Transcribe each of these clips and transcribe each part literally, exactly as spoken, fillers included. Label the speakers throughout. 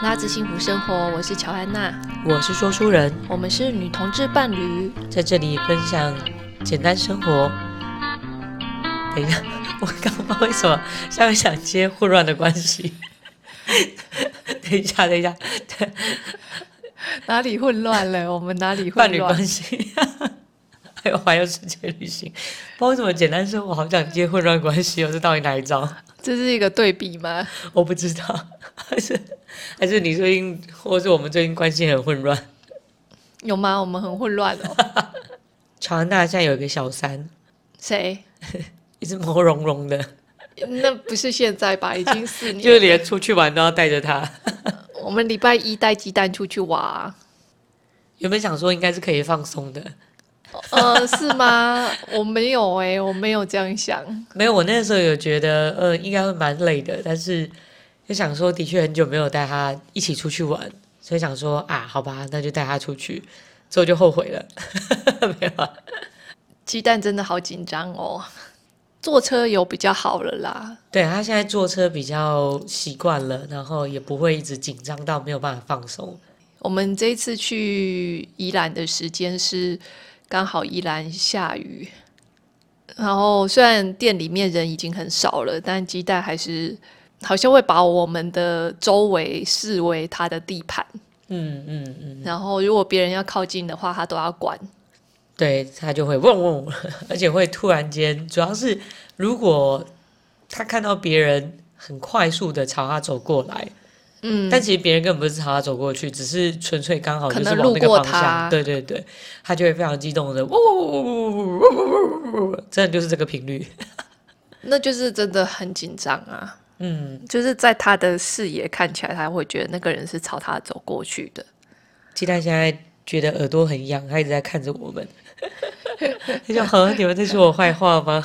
Speaker 1: 拉子幸福生活，我是乔安娜，
Speaker 2: 我是说书人，
Speaker 1: 我们是女同志伴侣，
Speaker 2: 在这里分享简单生活。等一下，我刚刚不知道为什么下面想接混乱的关系。等一下，等一下，
Speaker 1: 哪里混乱了？我们哪里混乱？
Speaker 2: 伴侣关系，还有环游世界旅行。不知道为什么简单生活好想接混乱关系哦，这到底哪一招？
Speaker 1: 这是一个对比吗？
Speaker 2: 我不知道，还是还是你最近，或是我们最近关系很混乱？
Speaker 1: 有吗？我们很混乱哦。
Speaker 2: 乔安娜现在有一个小三，
Speaker 1: 谁？
Speaker 2: 一只毛茸茸的。
Speaker 1: 那不是现在吧？已经四年了，
Speaker 2: 就连出去玩都要带着他。
Speaker 1: 我们礼拜一带鸡蛋出去挖。
Speaker 2: 原本想说应该是可以放松的。
Speaker 1: 呃，是吗？我没有哎、欸，我没有这样想。
Speaker 2: 没有，我那时候有觉得，呃，应该会蛮累的，但是就想说，的确很久没有带他一起出去玩，所以想说啊，好吧，那就带他出去，之后就后悔了。没有啊，
Speaker 1: 鸡蛋真的好紧张哦。坐车有比较好了啦。
Speaker 2: 对，他现在坐车比较习惯了，然后也不会一直紧张到没有办法放松。
Speaker 1: 我们这一次去宜兰的时间是刚好宜兰下雨，然后虽然店里面人已经很少了，但鸡蛋还是好像会把我们的周围视为他的地盘。
Speaker 2: 嗯嗯嗯。
Speaker 1: 然后如果别人要靠近的话，他都要管。
Speaker 2: 对，他就会嗡嗡，而且会突然间，主要是如果他看到别人很快速的朝他走过来，嗯，但其实别人根本不是朝他走过去，只是纯粹刚好就是往那个方向，对对对，他就会非常激动的，呜呜呜呜呜呜，真的就是这个频率，
Speaker 1: 那就是真的很紧张啊。
Speaker 2: 嗯，
Speaker 1: 就是在他的视野看起来，他会觉得那个人是朝他走过去的。
Speaker 2: 鸡蛋现在觉得耳朵很痒，他一直在看着我们。他就呵，你们在说我坏话吗？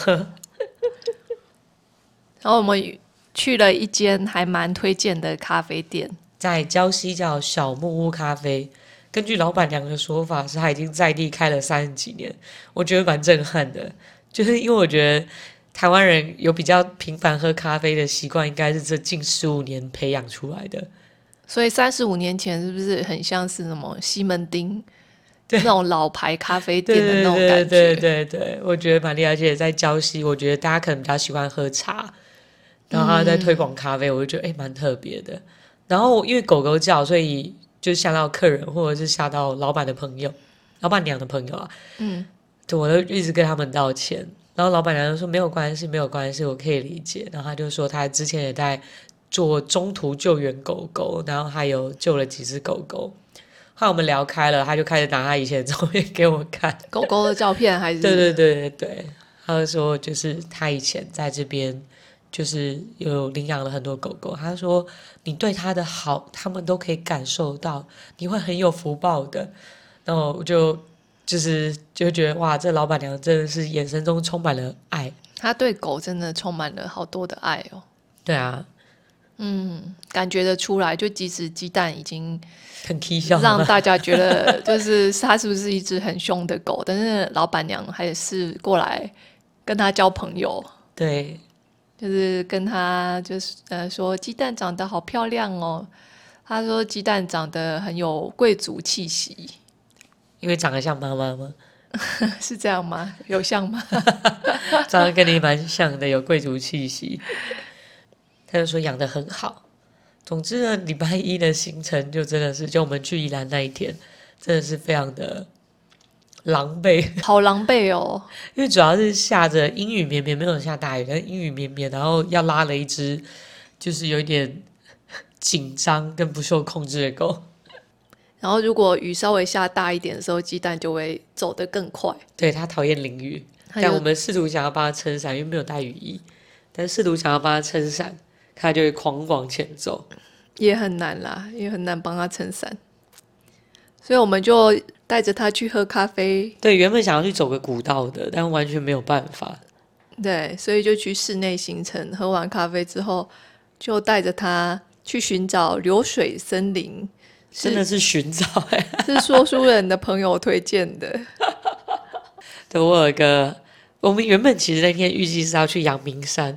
Speaker 1: 然后我们去了一间还蛮推荐的咖啡店，
Speaker 2: 在礁溪叫小木屋咖啡。根据老板娘的说法，是他已经在地开了三十几年，我觉得蛮震撼的。就是因为我觉得台湾人有比较频繁喝咖啡的习惯，应该是这近十五年培养出来的。
Speaker 1: 所以三十五年前是不是很像是什么西门町那种老牌咖啡店的那种感觉？
Speaker 2: 对对对对对，我觉得蛮厉害。而且在礁溪，我觉得大家可能比较喜欢喝茶，然后他在推广咖啡，我就觉得哎蛮特别的。然后因为狗狗叫，所以就吓到客人或者是吓到老板的朋友、老板娘的朋友啊。嗯，对，我就一直跟他们道歉。然后老板娘就说没有关系，没有关系，我可以理解。然后他就说他之前也在做中途救援狗狗，然后还有救了几只狗狗。后来我们聊开了，他就开始拿他以前的照片给我看，
Speaker 1: 狗狗的照片还是？
Speaker 2: 对对对对对，他就说就是他以前在这边就是有领养了很多狗狗，他说你对他的好，他们都可以感受到，你会很有福报的。然后我就就是就觉得哇，这老板娘真的是眼神中充满了爱，
Speaker 1: 他对狗真的充满了好多的爱哦。
Speaker 2: 对啊，
Speaker 1: 嗯，感觉得出来，就即使鸡蛋已经
Speaker 2: 很蹊跷，
Speaker 1: 让大家觉得就是它是不是一只很凶的狗，但是老板娘还是过来跟他交朋友，
Speaker 2: 对，
Speaker 1: 就是跟他就是呃说鸡蛋长得好漂亮哦，他说鸡蛋长得很有贵族气息，
Speaker 2: 因为长得像妈妈吗？
Speaker 1: 是这样吗？有像吗？
Speaker 2: 长得跟你蛮像的，有贵族气息。他就说养得很好。总之呢，礼拜一的行程就真的是，就我们去宜兰那一天，真的是非常的狼狈，
Speaker 1: 好狼狈哦。
Speaker 2: 因为主要是下着阴雨绵绵，没有下大雨，但是阴雨绵绵，然后要拉了一只就是有一点紧张跟不受控制的狗。
Speaker 1: 然后如果雨稍微下大一点的时候，鸡蛋就会走得更快。
Speaker 2: 对，他讨厌淋雨，但我们试图想要帮他撑伞，因为没有带雨衣，但试图想要帮他撑伞，他就会狂往前走，
Speaker 1: 也很难啦，也很难帮他撑伞。所以我们就带着他去喝咖啡。
Speaker 2: 对，原本想要去走个古道的，但完全没有办法。
Speaker 1: 对，所以就去室内行程。喝完咖啡之后，就带着他去寻找流水森林。
Speaker 2: 真的是寻找哎、欸，
Speaker 1: 是说书人的朋友推荐的。
Speaker 2: 对，我有一个，我们原本其实那天预计是要去阳明山，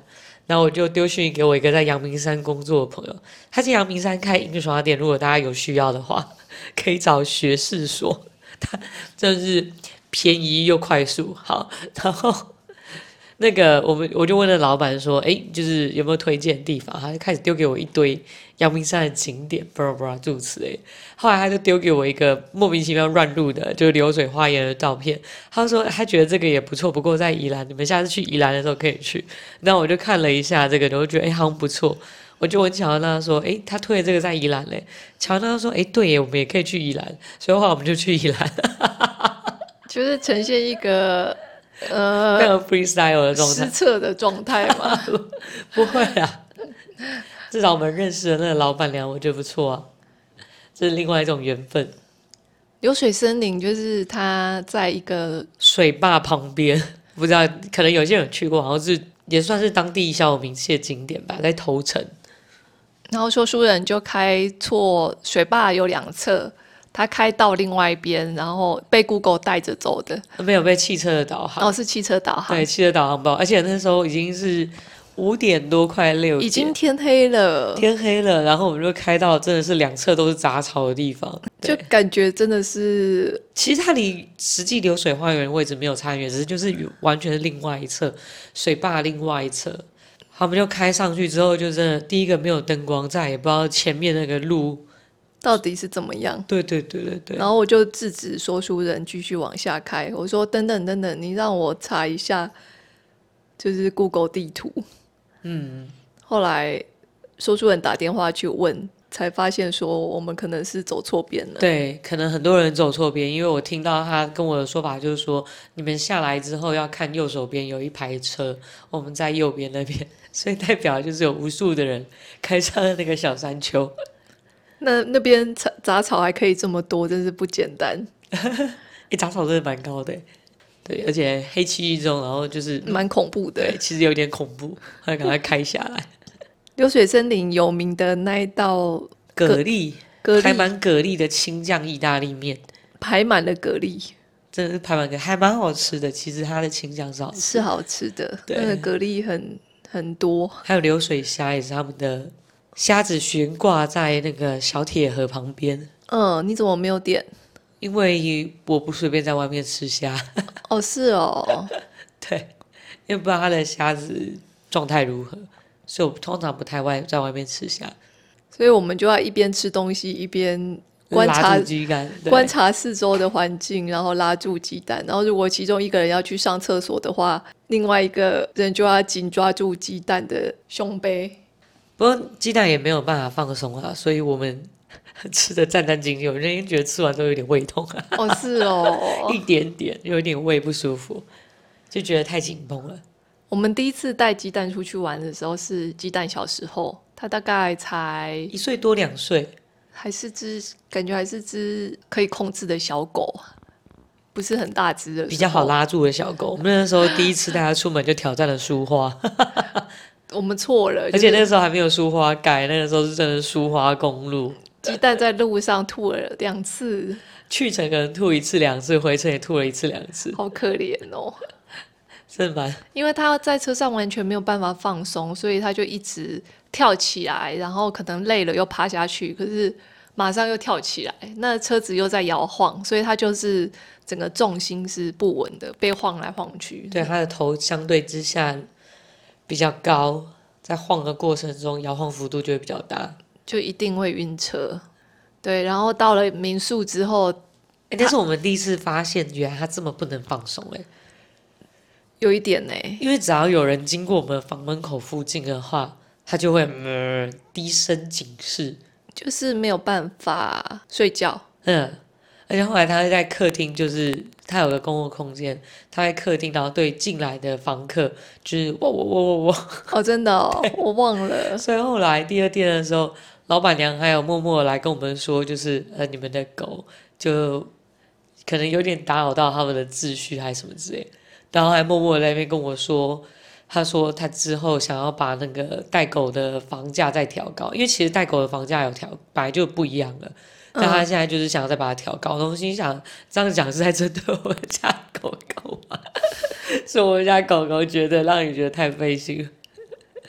Speaker 2: 然后我就丢讯息给我一个在阳明山工作的朋友，他在阳明山开印刷店，如果大家有需要的话，可以找学士所，他真是便宜又快速。好，然后那个我们我就问了老板说，哎，就是有没有推荐的地方？他就开始丢给我一堆阳明山的景点，巴拉巴拉诸如此类。后来他就丢给我一个莫名其妙乱入的，就是流水花园的照片。他说他觉得这个也不错，不过在宜兰，你们下次去宜兰的时候可以去。然后我就看了一下这个，我就觉得哎好像不错。我就问乔安娜说，哎，他推的这个在宜兰嘞？乔安娜说，哎，对耶，我们也可以去宜兰。所以后来我们就去宜兰，
Speaker 1: 就是呈现一个呃
Speaker 2: 那个 freestyle 的状态
Speaker 1: 失。策的状态嘛。
Speaker 2: 不会啊，至少我们认识的那个老板娘，我觉得不错啊，这是另外一种缘分。
Speaker 1: 流水森林就是它在一个
Speaker 2: 水坝旁边，不知道可能有些人有去过，好像是也算是当地小有名气的景点吧，在头城。
Speaker 1: 然后说书人就开错，水坝有两侧，他开到另外一边，然后被 Google 带着走的。
Speaker 2: 没有被汽车的导航，
Speaker 1: 哦，是汽车导航。
Speaker 2: 对，汽车导航包，而且那时候已经是五点多，快六点，
Speaker 1: 已经天黑了，
Speaker 2: 天黑了，然后我们就开到真的是两侧都是杂草的地方，
Speaker 1: 就感觉真的是，
Speaker 2: 其实它离实际流水花园的位置没有差很远，只是就是完全是另外一侧，水坝另外一侧。他们就开上去之后，就真的第一个没有灯光，再也不知道前面那个路
Speaker 1: 到底是怎么样。
Speaker 2: 对对对对对。
Speaker 1: 然后我就制止说书人继续往下开，我说等等等等，你让我查一下，就是 Google 地图。
Speaker 2: 嗯。
Speaker 1: 后来说书人打电话去问，才发现说我们可能是走错边了。
Speaker 2: 对，可能很多人走错边，因为我听到他跟我的说法就是说，你们下来之后要看右手边有一排车，我们在右边那边，所以代表就是有无数的人开上了那个小山丘。
Speaker 1: 那那边杂杂草还可以这么多，真是不简单。
Speaker 2: 诶，杂草真的蛮高的，对，而且黑漆一中，然后就是
Speaker 1: 蛮恐怖的。
Speaker 2: 对，其实有点恐怖，后来赶快开下来。
Speaker 1: 流水森林有名的那一道
Speaker 2: 蛤蜊，
Speaker 1: 蛤蜊
Speaker 2: 还蛮蛤蜊的青酱意大利面，
Speaker 1: 排满了蛤蜊，
Speaker 2: 真的是排满蛤，还蛮好吃的。其实它的青酱是好吃的，
Speaker 1: 是好吃的。
Speaker 2: 对
Speaker 1: 那个蛤蜊很很多，
Speaker 2: 还有流水虾也是他们的，虾子悬挂在那个小铁盒旁边。
Speaker 1: 嗯，你怎么没有点？
Speaker 2: 因为我不随便在外面吃虾，
Speaker 1: 哦，是哦，
Speaker 2: 对，因为不知道它的虾子状态如何，所以我通常不太外在外面吃虾。
Speaker 1: 所以我们就要一边吃东西一边观
Speaker 2: 拉
Speaker 1: 察
Speaker 2: 住鸡肝，对
Speaker 1: 观察四周的环境，然后拉住鸡蛋。然后如果其中一个人要去上厕所的话，另外一个人就要紧抓住鸡蛋的胸杯。
Speaker 2: 不过鸡蛋也没有办法放松啊，所以我们吃的战战兢兢。我那天觉得吃完都有点胃痛啊，
Speaker 1: 哦，是哦，
Speaker 2: 一点点有一点胃不舒服，就觉得太紧绷了。
Speaker 1: 我们第一次带鸡蛋出去玩的时候是鸡蛋小时候，它大概才
Speaker 2: 一岁多两岁，
Speaker 1: 还是只感觉还是只可以控制的小狗，不是很大只的，
Speaker 2: 比较好。拉住的小狗。我们那时候第一次带它出门就挑战了疏花，
Speaker 1: 我们错了，
Speaker 2: 而且那
Speaker 1: 就是
Speaker 2: 个时候还没有疏花盖，那个时候是真的疏花公路。
Speaker 1: 鸡蛋在路上吐了两次，
Speaker 2: 去程可能吐一次两次，回程也吐了一次两次，
Speaker 1: 好可怜哦。
Speaker 2: 真的蛮
Speaker 1: 因为他在车上完全没有办法放松，所以他就一直跳起来，然后可能累了又趴下去，可是马上又跳起来，那车子又在摇晃，所以他就是整个重心是不稳的，被晃来晃去。
Speaker 2: 对，它的头相对之下比较高，在晃的过程中摇晃幅度就会比较大。
Speaker 1: 就一定会晕车。对，然后到了民宿之后，
Speaker 2: 哎，但是我们第一次发现，原来它这么不能放松哎，
Speaker 1: 有一点呢，
Speaker 2: 因为只要有人经过我们房门口附近的话，他就会、呃、低声警示，
Speaker 1: 就是没有办法睡觉。
Speaker 2: 嗯，而且后来他会在客厅，就是他有个公共空间，他在客厅，然后对进来的房客就是喔喔喔喔喔，
Speaker 1: 哦，真的哦，我忘了。
Speaker 2: 所以后来第二天的时候，老板娘还有默默来跟我们说，就是呃你们的狗就可能有点打扰到他们的秩序还是什么之类的，然后还默默在那边跟我说，他说他之后想要把那个带狗的房价再调高，因为其实带狗的房价有调，本来就不一样了。但他现在就是想要再把它调高，我心想这样讲是在针对我们家狗狗吗？是我们家狗狗觉得让你觉得太费心了，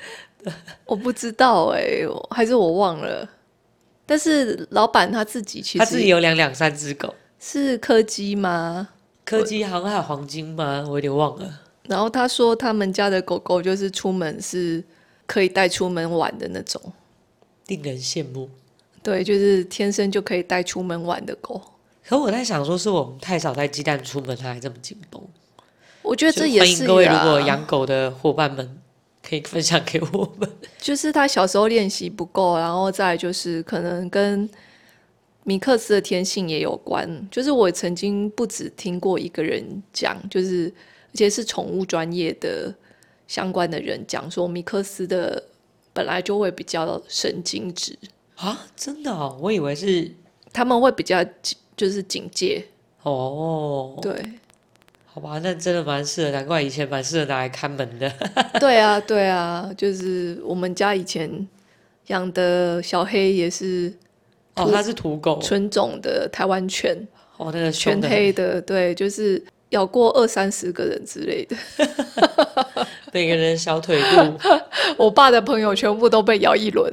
Speaker 1: 我不知道哎、我还是我忘了。但是老板他自己其
Speaker 2: 他自己
Speaker 1: 实
Speaker 2: 有两两三只狗，
Speaker 1: 是柯基吗？
Speaker 2: 柯基好像还有黄金吗？我有点忘了。
Speaker 1: 然后他说他们家的狗狗就是出门是可以带出门玩的那种，
Speaker 2: 令人羡慕。
Speaker 1: 对，就是天生就可以带出门玩的狗。
Speaker 2: 可我在想说，是我们太少带鸡蛋出门，它还这么紧绷。
Speaker 1: 我觉得这也
Speaker 2: 欢迎
Speaker 1: 是
Speaker 2: 各位如果
Speaker 1: 啦，
Speaker 2: 养狗的伙伴们，可以分享给我们。
Speaker 1: 就是他小时候练习不够，然后再来就是可能跟米克斯的天性也有关。就是我曾经不止听过一个人讲，就是而且是宠物专业的相关的人讲说，米克斯的本来就会比较神经质，
Speaker 2: 啊，真的哦，我以为是
Speaker 1: 他们会比较就是警戒，
Speaker 2: 哦，
Speaker 1: 对。
Speaker 2: 好吧，那真的蛮适合，难怪以前蛮适合拿来看门的。
Speaker 1: 对啊，对啊，就是我们家以前养的小黑也是
Speaker 2: 哦，它是土狗，
Speaker 1: 纯种的台湾犬，
Speaker 2: 哦，那个
Speaker 1: 全
Speaker 2: 凶的，
Speaker 1: 黑的，对，就是咬过二三十个人之类的。
Speaker 2: 每个人小腿肚，
Speaker 1: 我爸的朋友全部都被咬一轮，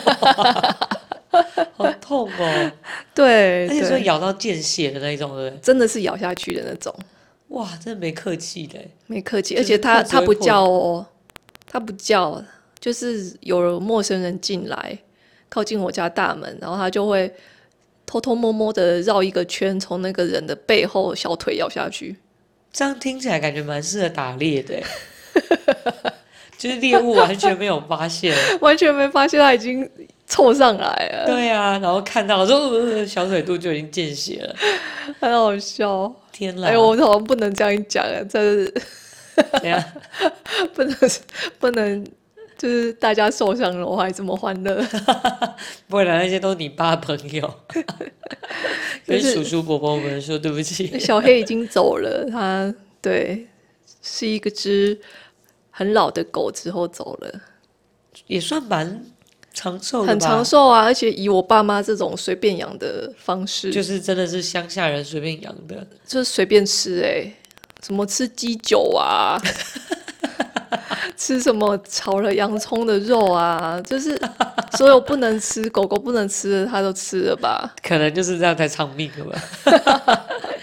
Speaker 2: 好痛哦！
Speaker 1: 对
Speaker 2: 而且说
Speaker 1: 对，
Speaker 2: 咬到见血的那种，对不对？
Speaker 1: 真的是咬下去的那种，
Speaker 2: 哇，真的没客气的。
Speaker 1: 没客气。
Speaker 2: 就是
Speaker 1: 而且它
Speaker 2: 裤子会破
Speaker 1: 它不叫哦，它不叫，就是有陌生人进来靠近我家大门，然后它就会偷偷摸摸的绕一个圈，从那个人的背后小腿咬下去。
Speaker 2: 这样听起来感觉蛮适合打猎的耶，就是猎物完全没有发现。
Speaker 1: 完全没发现它已经凑上来了，
Speaker 2: 对啊，然后看到之后，呃小腿肚就已经见血了。
Speaker 1: 很好笑。
Speaker 2: 天啦！
Speaker 1: 哎、我好像不能这样讲啊，这是
Speaker 2: 怎样？
Speaker 1: 不能不能，就是大家受伤了，我还这么欢乐。
Speaker 2: 不会啦，那些都是你爸朋友，跟叔叔伯伯们说对不起。
Speaker 1: 小黑已经走了，它对是一个只很老的狗，之后走了，
Speaker 2: 也算蛮长寿的吧，
Speaker 1: 很长寿啊，而且以我爸妈这种随便养的方式，
Speaker 2: 就是真的是乡下人随便养的。
Speaker 1: 就是随便吃哎、什么吃鸡酒啊，吃什么炒了洋葱的肉啊，就是所有不能吃狗狗不能吃的，它都吃了吧？
Speaker 2: 可能就是这样才长命的吧。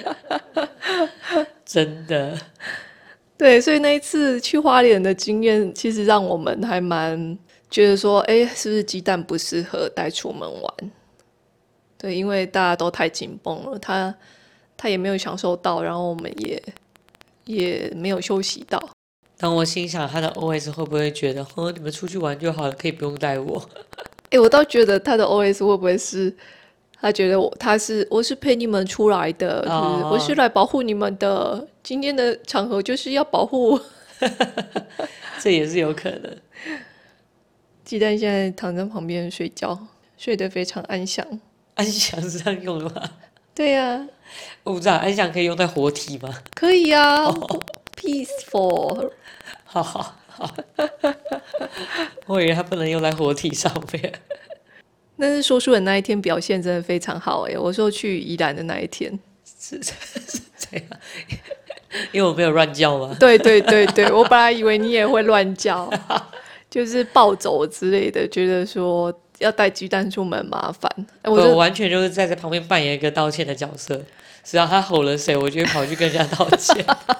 Speaker 2: 真的，
Speaker 1: 对，所以那一次去花莲的经验，其实让我们还蛮觉得说，哎，是不是鸡蛋不适合带出门玩？对，因为大家都太紧绷了，他他也没有享受到，然后我们也也没有休息到。
Speaker 2: 当我心想他的 O S 会不会觉得，哦，你们出去玩就好了，可以不用带我。
Speaker 1: 哎，我倒觉得他的 O S 会不会是他觉得我他是我是陪你们出来的，就是
Speaker 2: 哦
Speaker 1: 我是来保护你们的，今天的场合就是要保护。
Speaker 2: 这也是有可能。
Speaker 1: 鸡蛋现在躺在旁边睡觉，睡得非常安详。
Speaker 2: 安详是这样用的吗？
Speaker 1: 对呀、
Speaker 2: 我不知道，安详可以用在活体吗？
Speaker 1: 可以啊、p e a c e f u l
Speaker 2: 好好好，我以为它不能用在活体上面。
Speaker 1: 但是说书人那一天表现真的非常好哎，我说去宜兰的那一天，
Speaker 2: 是是这样，因为我没有乱叫吗？
Speaker 1: 对对对对，我本来以为你也会乱叫，就是暴走之类的，觉得说要带鸡蛋出门麻烦。哎，我
Speaker 2: 我
Speaker 1: 就
Speaker 2: 完全就是在这旁边扮演一个道歉的角色，只要他吼了谁，我就会跑去跟人家道歉。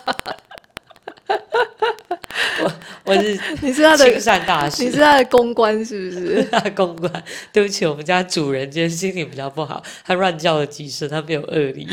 Speaker 2: 我我是
Speaker 1: 你是他的
Speaker 2: 亲善大使，
Speaker 1: 你是他的公关是不是？
Speaker 2: 他公关。对不起，我们家主人今天心情比较不好，他乱叫了几声，他没有恶意。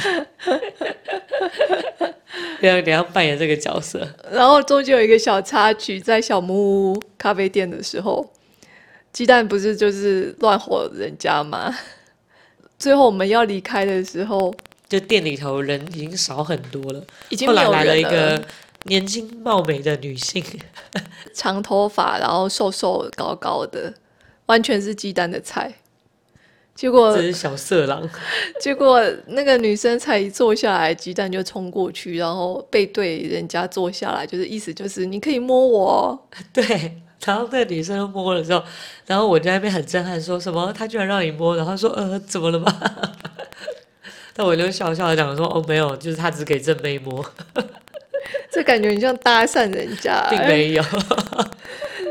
Speaker 2: 不要，等一下扮演这个角色。
Speaker 1: 然后中间有一个小插曲，在小木屋咖啡店的时候，鸡蛋不是就是乱吼人家吗？最后我们要离开的时候，
Speaker 2: 就店里头人已经少很多了，
Speaker 1: 已经没有
Speaker 2: 后来来了
Speaker 1: 人
Speaker 2: 一个年轻貌美的女性，
Speaker 1: 长头发，然后瘦瘦高高的，完全是鸡蛋的菜。结果
Speaker 2: 这是小色狼。
Speaker 1: 结果那个女生才一坐下来，鸡蛋就冲过去，然后背对人家坐下来，就是意思就是你可以摸我哦。
Speaker 2: 对，然后那个女生摸了之后，然后我在那边很震撼，说什么她居然让你摸，然后她说呃怎么了吗？但我就笑笑的讲说哦没有，就是她只给正妹摸，
Speaker 1: 这感觉很像搭讪人家，
Speaker 2: 并没有。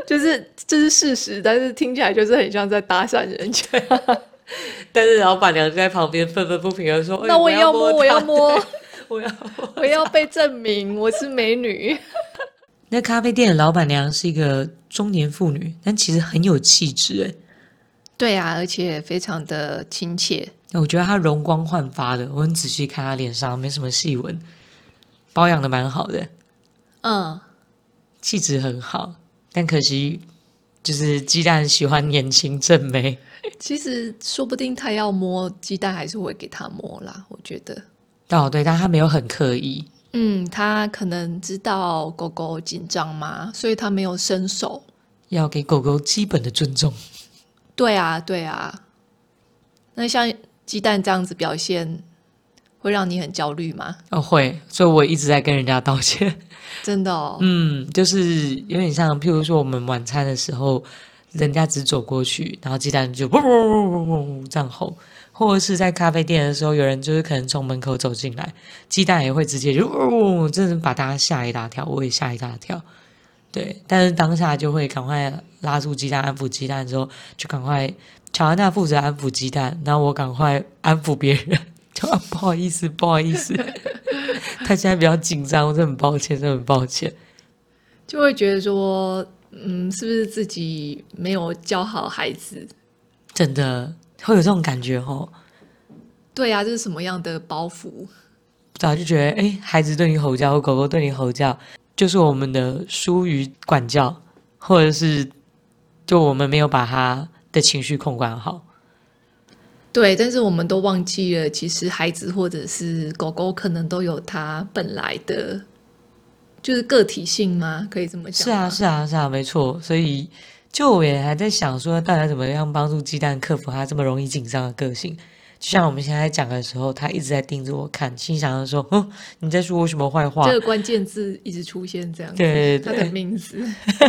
Speaker 1: 就是这是事实，但是听起来就是很像在搭讪人家。
Speaker 2: 但是老板娘就在旁边愤愤不平的说：“
Speaker 1: 那我也要摸，我要摸，
Speaker 2: 我要摸，
Speaker 1: 我要被证明我是美女。”
Speaker 2: 那咖啡店的老板娘是一个中年妇女，但其实很有气质哎。
Speaker 1: 对啊，而且非常的亲切。
Speaker 2: 我觉得她容光焕发的，我很仔细看她脸上没什么细纹，保养的蛮好的。
Speaker 1: 嗯，
Speaker 2: 气质很好，但可惜就是鸡蛋喜欢年轻正妹。
Speaker 1: 其实说不定他要摸鸡蛋，还是会给他摸啦。我觉得，
Speaker 2: 哦，对，但他没有很刻意。
Speaker 1: 嗯，他可能知道狗狗紧张嘛，所以他没有伸手。
Speaker 2: 要给狗狗基本的尊重。
Speaker 1: 对啊，对啊。那像鸡蛋这样子表现，会让你很焦虑吗？
Speaker 2: 哦，会，所以我一直在跟人家道歉。
Speaker 1: 真的哦。
Speaker 2: 嗯，就是有点像，譬如说我们晚餐的时候，人家只走过去，然后鸡蛋就嗡嗡嗡嗡嗡这样吼，或者是在咖啡店的时候，有人就是可能从门口走进来，鸡蛋也会直接就嗡嗡，真的把大家吓一大跳，我也吓一大跳。对，但是当下就会赶快拉住鸡蛋，安抚鸡蛋之后，就赶快乔安娜负责安抚鸡蛋，然后我赶快安抚别人，就、啊、不好意思，不好意思，他现在比较紧张，我真的很抱歉，真的很抱歉。
Speaker 1: 就会觉得说，嗯，是不是自己没有教好孩子？
Speaker 2: 真的会有这种感觉哦。
Speaker 1: 对啊，这是什么样的包袱？
Speaker 2: 不知道，就觉得哎，孩子对你吼叫，或狗狗对你吼叫，就是我们的疏于管教，或者是就我们没有把他的情绪控管好。
Speaker 1: 对，但是我们都忘记了，其实孩子或者是狗狗可能都有它本来的，就是个体性吗？可以这么讲？
Speaker 2: 是啊，是啊，是啊，没错。所以就我也还在想说，大家怎么样帮助鸡蛋克服他这么容易紧张的个性。就像我们现在讲的时候，他一直在盯着我看，心想说：“哦，你在说我什么坏话？”
Speaker 1: 这个关键字一直出现，这样子，
Speaker 2: 对对对，
Speaker 1: 他的名字。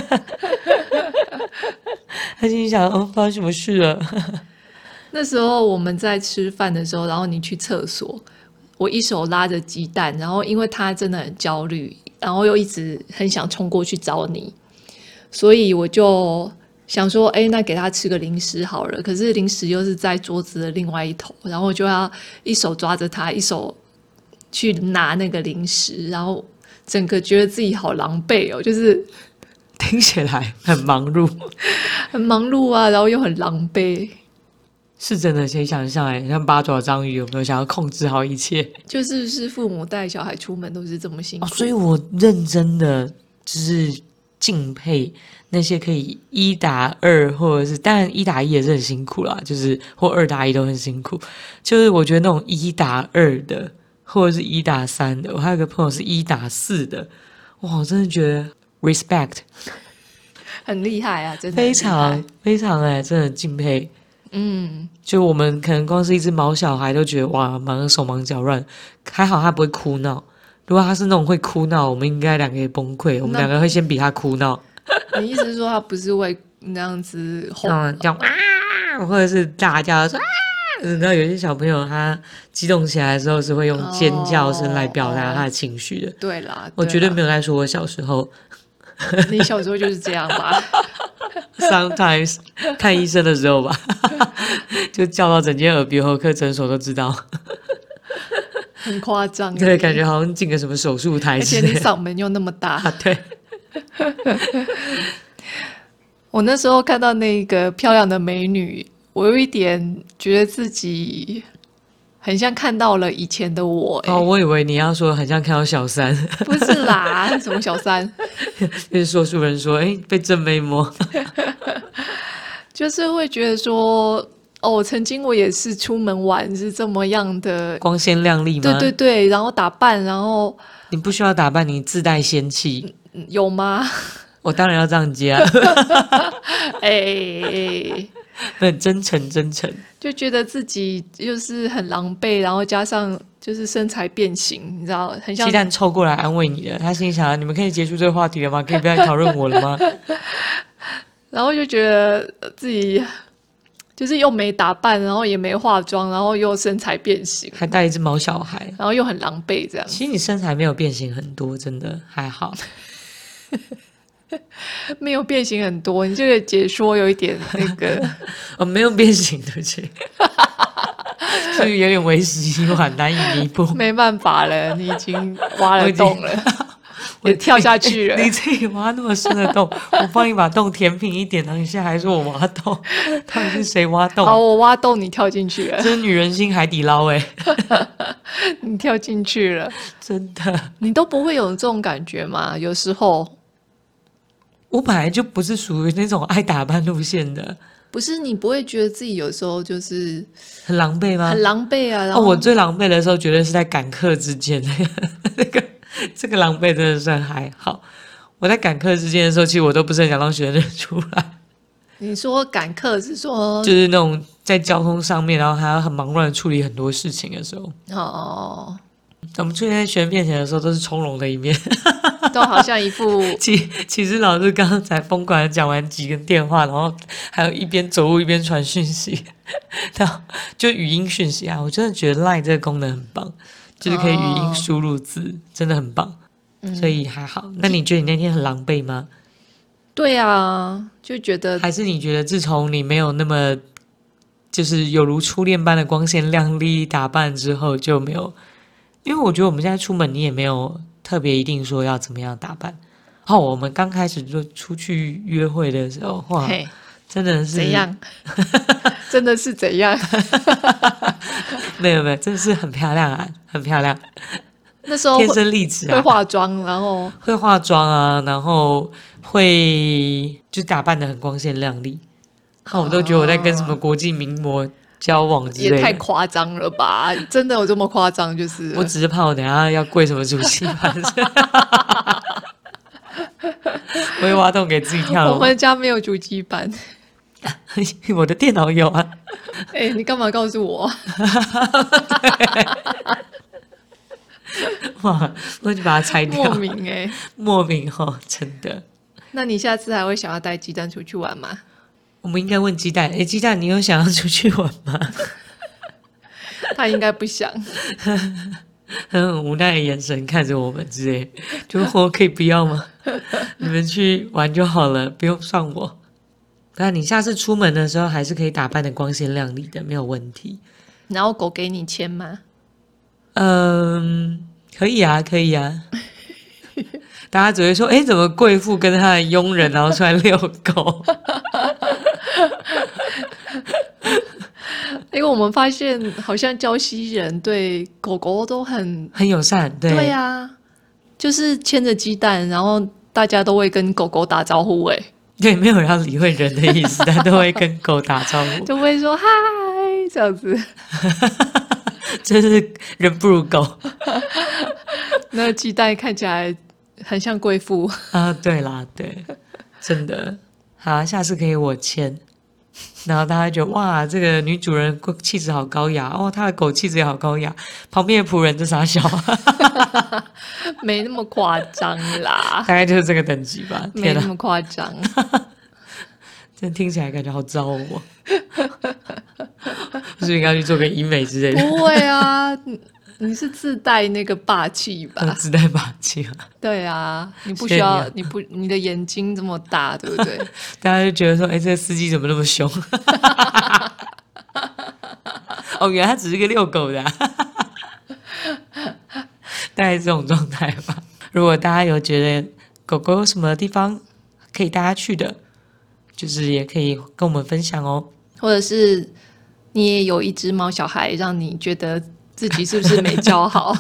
Speaker 2: 他心想：“哦，发生什么事了？”
Speaker 1: 那时候我们在吃饭的时候，然后你去厕所，我一手拉着鸡蛋，然后因为他真的很焦虑，然后又一直很想冲过去找你，所以我就想说，哎，那给他吃个零食好了。可是零食又是在桌子的另外一头，然后我就要一手抓着他，一手去拿那个零食，然后整个觉得自己好狼狈哦，就是
Speaker 2: 听起来很忙碌，
Speaker 1: 很忙碌啊，然后又很狼狈。
Speaker 2: 是真的，可以想象哎，像八爪章鱼有没有想要控制好一切？
Speaker 1: 就是是父母带小孩出门都是这么辛苦，
Speaker 2: 哦、所以我认真的就是敬佩那些可以一打二，或者是当然一打一也是很辛苦啦，就是或二打一都很辛苦。就是我觉得那种一打二的，或者是一打三的，我还有个朋友是一打四的，哇，我真的觉得 respect，
Speaker 1: 很厉害啊，真的
Speaker 2: 非常非常哎，真的敬佩。
Speaker 1: 嗯，
Speaker 2: 就我们可能光是一只毛小孩都觉得哇，忙得手忙脚乱，还好他不会哭闹。如果他是那种会哭闹，我们应该两个也崩溃，我们两个会先比他哭闹。
Speaker 1: 你意思是说他不是会那样子吼，
Speaker 2: 嗯，叫啊，或者是大叫说啊？你知道有些小朋友他激动起来的时候是会用尖叫声来表达他的情绪的。
Speaker 1: 哦哦、对啦，
Speaker 2: 我绝对没有在说我小时候。
Speaker 1: 你小时候就是这样吧
Speaker 2: ？Sometimes 看医生的时候吧，就叫到整间耳鼻喉科诊所都知道，
Speaker 1: 很夸张。
Speaker 2: 对，感觉好像进个什么手术台之类的，
Speaker 1: 而且你嗓门又那么大。
Speaker 2: 啊、对。
Speaker 1: 我那时候看到那个漂亮的美女，我有一点觉得自己很像看到了以前的我、欸。
Speaker 2: 哦，我以为你要说很像看到小三。
Speaker 1: 不是啦，什么小三？
Speaker 2: 就是说书人说，哎，被正妹摸。
Speaker 1: 就是会觉得说，哦，曾经我也是出门玩是这么样的
Speaker 2: 光鲜亮丽吗？
Speaker 1: 对对对，然后打扮，然后
Speaker 2: 你不需要打扮，你自带仙气，
Speaker 1: 有吗？
Speaker 2: 我当然要这样接啊。
Speaker 1: 哎、欸，
Speaker 2: 很真诚，真诚，
Speaker 1: 就觉得自己就是很狼狈，然后加上就是身材变形，你知道，很像
Speaker 2: 鸡蛋凑过来安慰你了。他心想：你们可以结束这个话题了吗？可以不要讨论我了吗？
Speaker 1: 然后就觉得自己就是又没打扮，然后也没化妆，然后又身材变形，
Speaker 2: 还带一只毛小孩，
Speaker 1: 然后又很狼狈这样。
Speaker 2: 其实你身材没有变形很多，真的还好。
Speaker 1: 没有变形很多，你这个解说有一点那个
Speaker 2: 哦，没有变形，对不起，是不是有点为时已晚，难以弥补？
Speaker 1: 没办法了，你已经挖了洞了，
Speaker 2: 我
Speaker 1: 也跳下去了。
Speaker 2: 你自己挖那么深的洞，我帮你把洞填平一点，然后你现在还说我挖洞，到底是谁挖洞？
Speaker 1: 好，我挖洞，你跳进去了，
Speaker 2: 这是女人心海底捞哎、欸，
Speaker 1: 你跳进去了，
Speaker 2: 真的，
Speaker 1: 你都不会有这种感觉吗？有时候
Speaker 2: 我本来就不是属于那种爱打扮路线的，
Speaker 1: 不是你不会觉得自己有时候就是
Speaker 2: 很狼狈吗？
Speaker 1: 很狼狈啊。然
Speaker 2: 哦，
Speaker 1: 后
Speaker 2: 我最狼狈的时候绝对是在赶课之间，那个这个狼狈真的算还好。我在赶课之间的时候，其实我都不是很想让学生认出来。
Speaker 1: 你说赶课是说
Speaker 2: 就是那种在交通上面，然后还要很忙乱的处理很多事情的时候，
Speaker 1: 哦，
Speaker 2: 我们出现在学生面前的时候，都是从容的一面。
Speaker 1: 都好像一副
Speaker 2: 其其实老师刚刚才疯狂的讲完几个电话，然后还有一边走路一边传讯息，然后就语音讯息啊，我真的觉得 LINE 这个功能很棒，就是可以语音输入字，哦、真的很棒，所以还好。那你觉得你那天很狼狈吗？
Speaker 1: 对啊，就觉得
Speaker 2: 还是你觉得自从你没有那么就是有如初恋般的光鲜亮丽打扮之后就没有？因为我觉得我们现在出门你也没有特别一定说要怎么样打扮。哦，我们刚开始就出去约会的时候，哇，真的是
Speaker 1: 怎样？真的是怎样？
Speaker 2: 没有没有，真的是很漂亮啊，很漂亮。
Speaker 1: 那时候
Speaker 2: 天生丽质啊，
Speaker 1: 会化妆，然后
Speaker 2: 会化妆啊，然后会就打扮得很光鲜亮丽。那、哦、我都觉得我在跟什么国际名模交往之类的，
Speaker 1: 也太夸张了吧？真的有这么夸张？就是
Speaker 2: 我只是怕我等一下要跪什么主席盘。我会挖洞给自己跳。
Speaker 1: 我们家没有主机板。
Speaker 2: 我的电脑有啊。
Speaker 1: 哎、欸，你干嘛告诉我？
Speaker 2: 哇，我就把它拆掉。
Speaker 1: 莫名哎、欸，
Speaker 2: 莫名哦，真的。
Speaker 1: 那你下次还会想要带鸡蛋出去玩吗？
Speaker 2: 我们应该问鸡蛋，哎，鸡蛋，你有想要出去玩吗？
Speaker 1: 他应该不想。
Speaker 2: 很无奈的眼神看着我们之类，就我可以不要吗？你们去玩就好了，不用算我。那你下次出门的时候还是可以打扮的光鲜亮丽的，没有问题。
Speaker 1: 然后狗给你签吗？
Speaker 2: 嗯，可以啊，可以啊。大家只会说，哎，怎么贵妇跟她的佣人然后出来遛狗？
Speaker 1: 因为我们发现好像礁溪人对狗狗都很
Speaker 2: 很友善，对
Speaker 1: 对啊，就是牵着鸡蛋，然后大家都会跟狗狗打招呼，哎，
Speaker 2: 对，没有人要理会人的意思，但都会跟狗打招呼，
Speaker 1: 就会说嗨这样子，
Speaker 2: 真是人不如狗。
Speaker 1: 那鸡蛋看起来很像贵妇
Speaker 2: 啊，对啦，对，真的，好，下次可以我牵。然后大家觉得哇，这个女主人气质好高雅哦，她的狗气质也好高雅，旁边的仆人这傻小，
Speaker 1: 没那么夸张啦，
Speaker 2: 大概就是这个等级吧。
Speaker 1: 没那么夸张，
Speaker 2: 真听起来感觉好糟哦。是不是应该去做个医美之类的？
Speaker 1: 不会啊，你是自带那个霸气吧？
Speaker 2: 自带霸气啊！
Speaker 1: 对啊，你不需要，你, 你不，你的眼睛这么大，对不对？
Speaker 2: 大家就觉得说，哎，这个司机怎么那么凶？哦，原来他只是个遛狗的、啊，大概是这种状态吧。如果大家有觉得狗狗有什么地方可以大家去的，就是也可以跟我们分享哦。
Speaker 1: 或者是你也有一只猫小孩，让你觉得自己是不是没教好？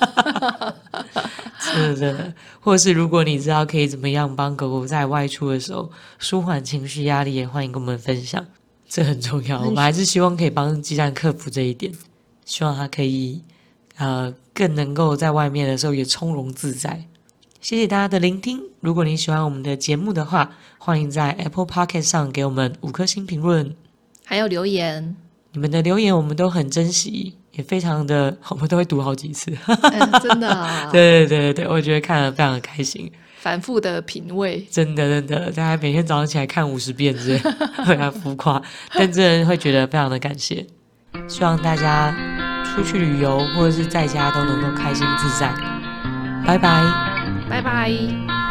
Speaker 2: 是的，或者是如果你知道可以怎么样帮狗狗在外出的时候舒缓情绪压力，也欢迎跟我们分享，这很重要。我们还是希望可以帮鸡蛋克服这一点，希望它可以呃更能够在外面的时候也从容自在。谢谢大家的聆听，如果你喜欢我们的节目的话，欢迎在 Apple Podcast 上给我们五颗星评论，
Speaker 1: 还有留言，
Speaker 2: 你们的留言我们都很珍惜，也非常的，我们都会读好几次，
Speaker 1: 嗯、真的、啊，
Speaker 2: 对对对对，我觉得看了非常的开心，
Speaker 1: 反复的品味，
Speaker 2: 真的真的，大家每天早上起来看五十遍之类，非常浮夸，但真的会觉得非常的感谢，希望大家出去旅游或者是在家都能够开心自在，拜拜，
Speaker 1: 拜拜。